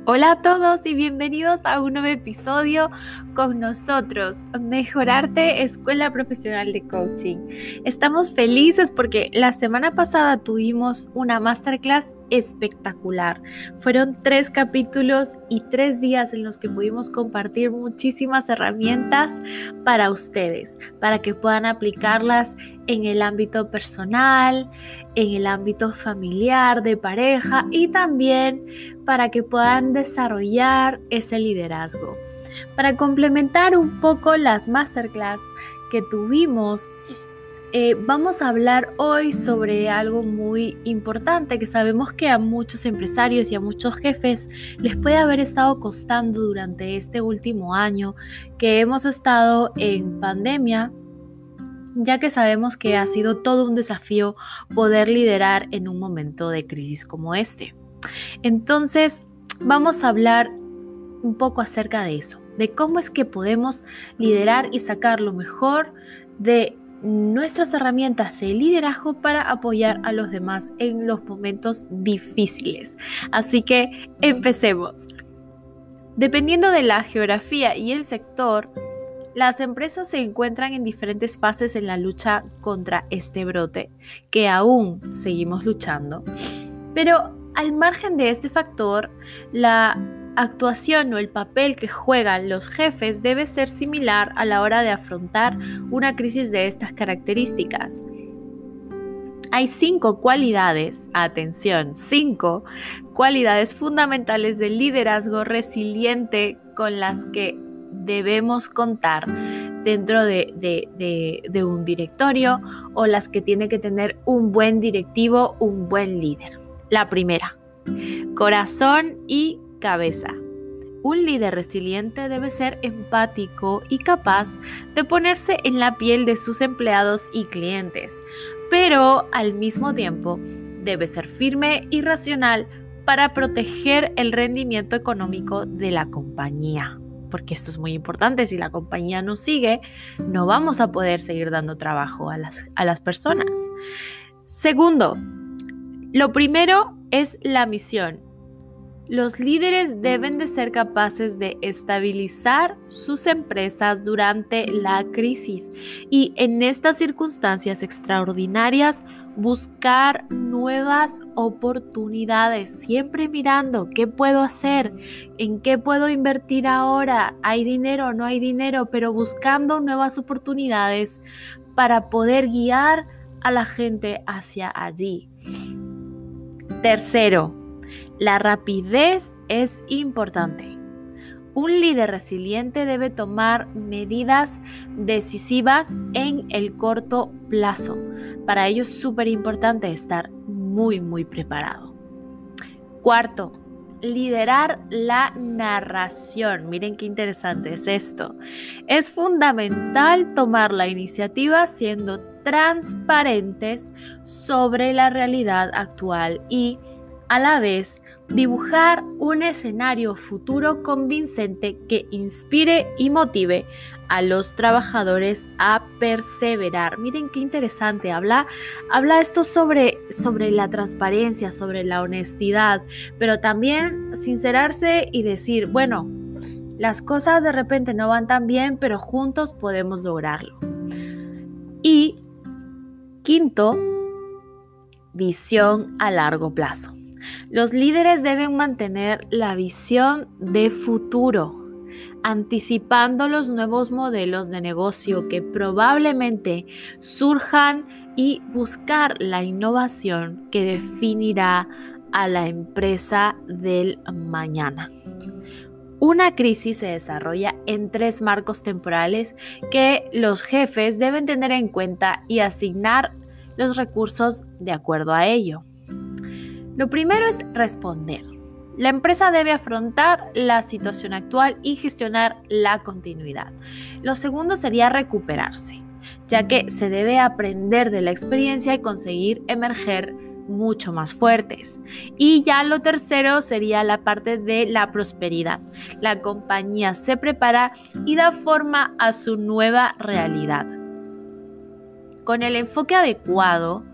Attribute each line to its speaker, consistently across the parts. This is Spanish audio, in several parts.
Speaker 1: Hola a todos y bienvenidos a un nuevo episodio con nosotros, Mejorarte Escuela Profesional de Coaching. Estamos felices porque la semana pasada tuvimos una masterclass espectacular. Fueron 3 capítulos y 3 días en los que pudimos compartir muchísimas herramientas para ustedes, para que puedan aplicarlas en el ámbito personal, en el ámbito familiar, de pareja y también para que puedan desarrollar ese liderazgo. Para complementar un poco las masterclass que tuvimos, vamos a hablar hoy sobre algo muy importante que sabemos que a muchos empresarios y a muchos jefes les puede haber estado costando durante este último año que hemos estado en pandemia, ya que sabemos que ha sido todo un desafío poder liderar en un momento de crisis como este. Entonces, vamos a hablar un poco acerca de eso, de cómo es que podemos liderar y sacar lo mejor de nuestras herramientas de liderazgo para apoyar a los demás en los momentos difíciles. Así que empecemos. Dependiendo de la geografía y el sector, las empresas se encuentran en diferentes fases en la lucha contra este brote, que aún seguimos luchando. Pero al margen de este factor, la actuación o el papel que juegan los jefes debe ser similar a la hora de afrontar una crisis de estas características. Hay 5 cualidades, atención, 5 cualidades fundamentales del liderazgo resiliente con las que debemos contar dentro de un directorio o las que tiene que tener un buen directivo, un buen líder. La primera, corazón y cabeza. Un líder resiliente debe ser empático y capaz de ponerse en la piel de sus empleados y clientes, pero al mismo tiempo debe ser firme y racional para proteger el rendimiento económico de la compañía. Porque esto es muy importante, si la compañía no sigue, no vamos a poder seguir dando trabajo a las personas. Segundo, lo primero es la misión. Los líderes deben de ser capaces de estabilizar sus empresas durante la crisis y en estas circunstancias extraordinarias buscar nuevas oportunidades, siempre mirando qué puedo hacer, en qué puedo invertir ahora, hay dinero, no hay dinero, pero buscando nuevas oportunidades para poder guiar a la gente hacia allí. Tercero, la rapidez es importante. Un líder resiliente debe tomar medidas decisivas en el corto plazo. Para ello es súper importante estar muy preparado. Cuarto, liderar la narración. Miren qué interesante es esto. Es fundamental tomar la iniciativa siendo transparentes sobre la realidad actual y a la vez dibujar un escenario futuro convincente que inspire y motive a los trabajadores a perseverar. Miren qué interesante, habla esto sobre la transparencia, sobre la honestidad, pero también sincerarse y decir, bueno, las cosas de repente no van tan bien, pero juntos podemos lograrlo. Y quinto, visión a largo plazo. Los líderes deben mantener la visión de futuro, anticipando los nuevos modelos de negocio que probablemente surjan y buscar la innovación que definirá a la empresa del mañana. Una crisis se desarrolla en 3 marcos temporales que los jefes deben tener en cuenta y asignar los recursos de acuerdo a ello. Lo primero es responder. La empresa debe afrontar la situación actual y gestionar la continuidad. Lo segundo sería recuperarse, ya que se debe aprender de la experiencia y conseguir emerger mucho más fuertes. Y ya lo tercero sería la parte de la prosperidad. La compañía se prepara y da forma a su nueva realidad. Con el enfoque adecuado,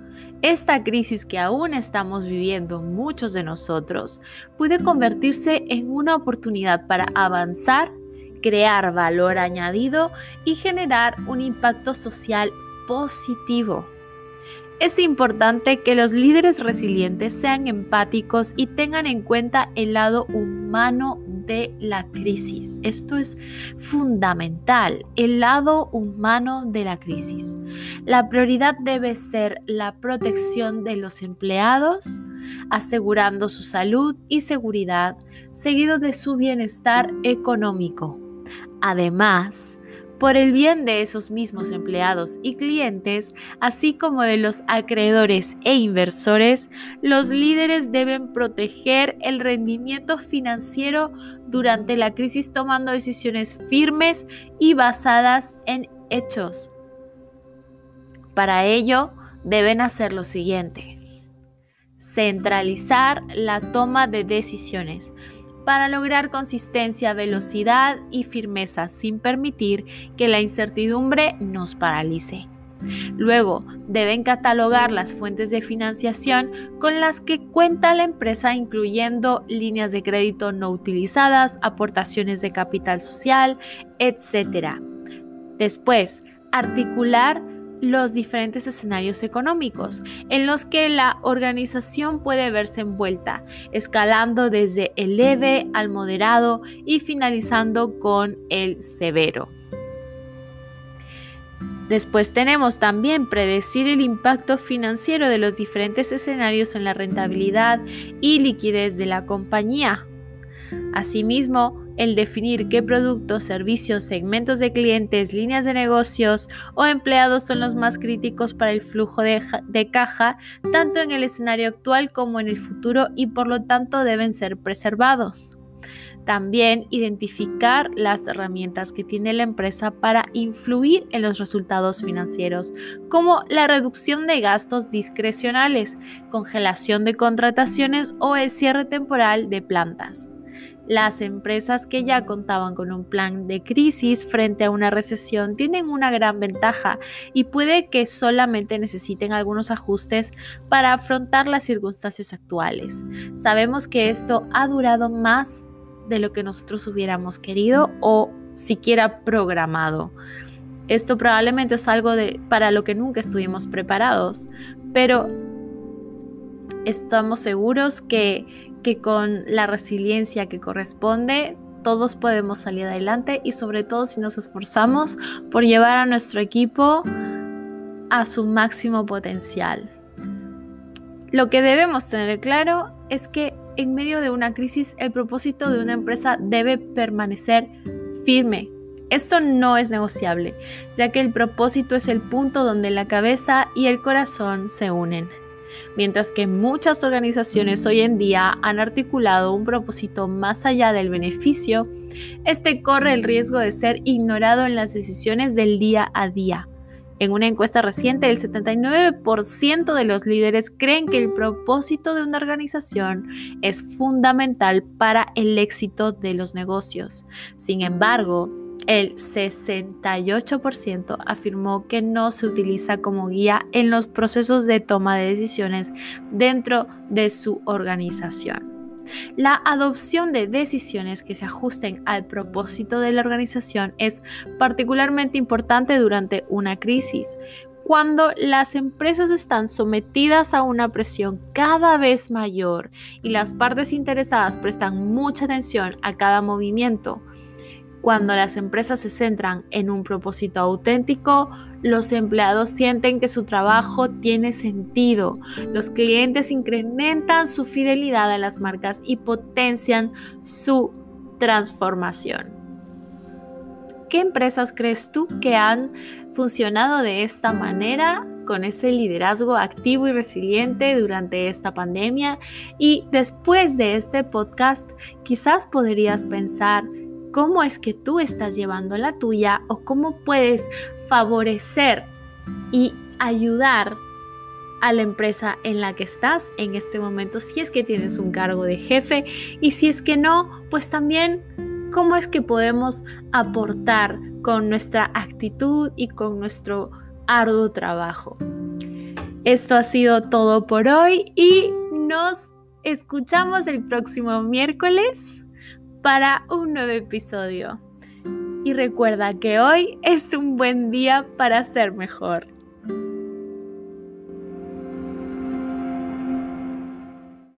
Speaker 1: Esta crisis que aún estamos viviendo muchos de nosotros puede convertirse en una oportunidad para avanzar, crear valor añadido y generar un impacto social positivo. Es importante que los líderes resilientes sean empáticos y tengan en cuenta el lado humano de la crisis. Esto es fundamental, el lado humano de la crisis. La prioridad debe ser la protección de los empleados, asegurando su salud y seguridad, seguido de su bienestar económico. Además, por el bien de esos mismos empleados y clientes, así como de los acreedores e inversores, los líderes deben proteger el rendimiento financiero durante la crisis tomando decisiones firmes y basadas en hechos. Para ello, deben hacer lo siguiente: centralizar la toma de decisiones para lograr consistencia, velocidad y firmeza sin permitir que la incertidumbre nos paralice. Luego, deben catalogar las fuentes de financiación con las que cuenta la empresa, incluyendo líneas de crédito no utilizadas, aportaciones de capital social, etc. Después, articular los diferentes escenarios económicos en los que la organización puede verse envuelta, escalando desde el leve al moderado y finalizando con el severo. Después tenemos también predecir el impacto financiero de los diferentes escenarios en la rentabilidad y liquidez de la compañía. Asimismo, el definir qué productos, servicios, segmentos de clientes, líneas de negocios o empleados son los más críticos para el flujo de caja, tanto en el escenario actual como en el futuro, y por lo tanto deben ser preservados. También identificar las herramientas que tiene la empresa para influir en los resultados financieros, como la reducción de gastos discrecionales, congelación de contrataciones o el cierre temporal de plantas. Las empresas que ya contaban con un plan de crisis frente a una recesión tienen una gran ventaja y puede que solamente necesiten algunos ajustes para afrontar las circunstancias actuales. Sabemos que esto ha durado más de lo que nosotros hubiéramos querido o siquiera programado. Esto probablemente es algo para lo que nunca estuvimos preparados, pero estamos seguros que con la resiliencia que corresponde, todos podemos salir adelante, y sobre todo si nos esforzamos por llevar a nuestro equipo a su máximo potencial. Lo que debemos tener claro es que en medio de una crisis, el propósito de una empresa debe permanecer firme. Esto no es negociable, ya que el propósito es el punto donde la cabeza y el corazón se unen. Mientras que muchas organizaciones hoy en día han articulado un propósito más allá del beneficio, este corre el riesgo de ser ignorado en las decisiones del día a día. En una encuesta reciente, el 79% de los líderes creen que el propósito de una organización es fundamental para el éxito de los negocios. Sin embargo, el 68% afirmó que no se utiliza como guía en los procesos de toma de decisiones dentro de su organización. La adopción de decisiones que se ajusten al propósito de la organización es particularmente importante durante una crisis, cuando las empresas están sometidas a una presión cada vez mayor y las partes interesadas prestan mucha atención a cada movimiento. Cuando las empresas se centran en un propósito auténtico, los empleados sienten que su trabajo tiene sentido, los clientes incrementan su fidelidad a las marcas y potencian su transformación. ¿Qué empresas crees tú que han funcionado de esta manera, con ese liderazgo activo y resiliente durante esta pandemia? Y después de este podcast, quizás podrías pensar: ¿cómo es que tú estás llevando la tuya, o cómo puedes favorecer y ayudar a la empresa en la que estás en este momento, si es que tienes un cargo de jefe, y si es que no, pues también cómo es que podemos aportar con nuestra actitud y con nuestro arduo trabajo? Esto ha sido todo por hoy y nos escuchamos el próximo miércoles para un nuevo episodio. Y recuerda que hoy es un buen día para ser mejor.